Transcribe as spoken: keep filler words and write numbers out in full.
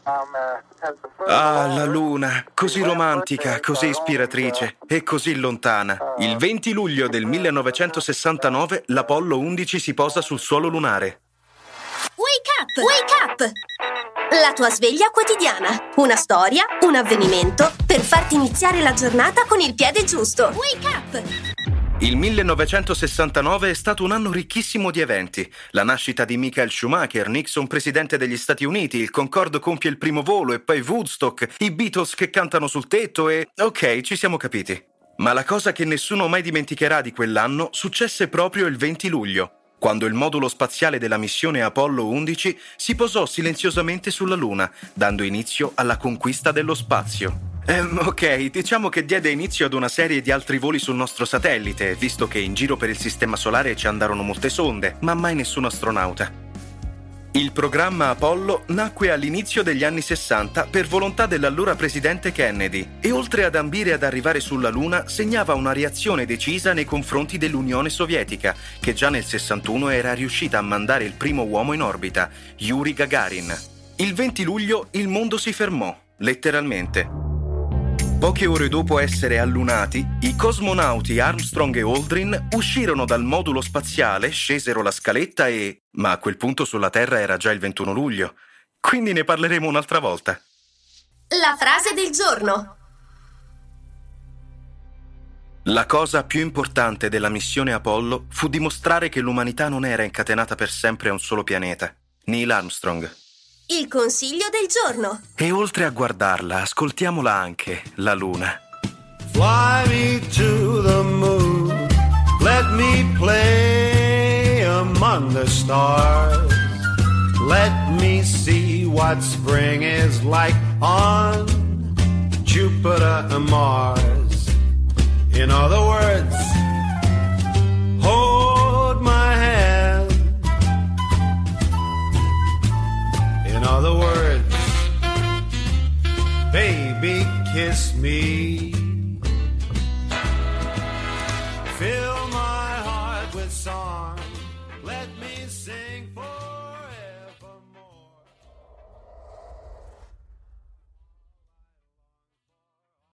Ah, la luna, così romantica, così ispiratrice e così lontana. Il venti luglio del millenovecentosessantanove l'Apollo undici si posa sul suolo lunare. Wake up! Wake up! La tua sveglia quotidiana. Una storia, un avvenimento per farti iniziare la giornata con il piede giusto. Wake up! Il millenovecentosessantanove è stato un anno ricchissimo di eventi. La nascita di Michael Schumacher, Nixon presidente degli Stati Uniti, il Concorde compie il primo volo e poi Woodstock, i Beatles che cantano sul tetto e... ok, ci siamo capiti. Ma la cosa che nessuno mai dimenticherà di quell'anno successe proprio il venti luglio, quando il modulo spaziale della missione Apollo undici si posò silenziosamente sulla Luna, dando inizio alla conquista dello spazio. Ehm, ok, diciamo che diede inizio ad una serie di altri voli sul nostro satellite, visto che in giro per il Sistema Solare ci andarono molte sonde, ma mai nessun astronauta. Il programma Apollo nacque all'inizio degli anni sessanta per volontà dell'allora presidente Kennedy e oltre ad ambire ad arrivare sulla Luna segnava una reazione decisa nei confronti dell'Unione Sovietica, che già nel sessantuno era riuscita a mandare il primo uomo in orbita, Yuri Gagarin. Il venti luglio il mondo si fermò, letteralmente. Poche ore dopo essere allunati, i cosmonauti Armstrong e Aldrin uscirono dal modulo spaziale, scesero la scaletta e... ma a quel punto sulla Terra era già il ventuno luglio. Quindi ne parleremo un'altra volta. La frase del giorno. La cosa più importante della missione Apollo fu dimostrare che l'umanità non era incatenata per sempre a un solo pianeta. Neil Armstrong. Il consiglio del giorno. E oltre a guardarla, ascoltiamola anche, la Luna. Fly me to the moon, let me play among the stars. Let me see what spring is like on Jupiter and Mars. In other words, hold my hand. In other words, baby, kiss me. Fill my heart with song. Let me sing for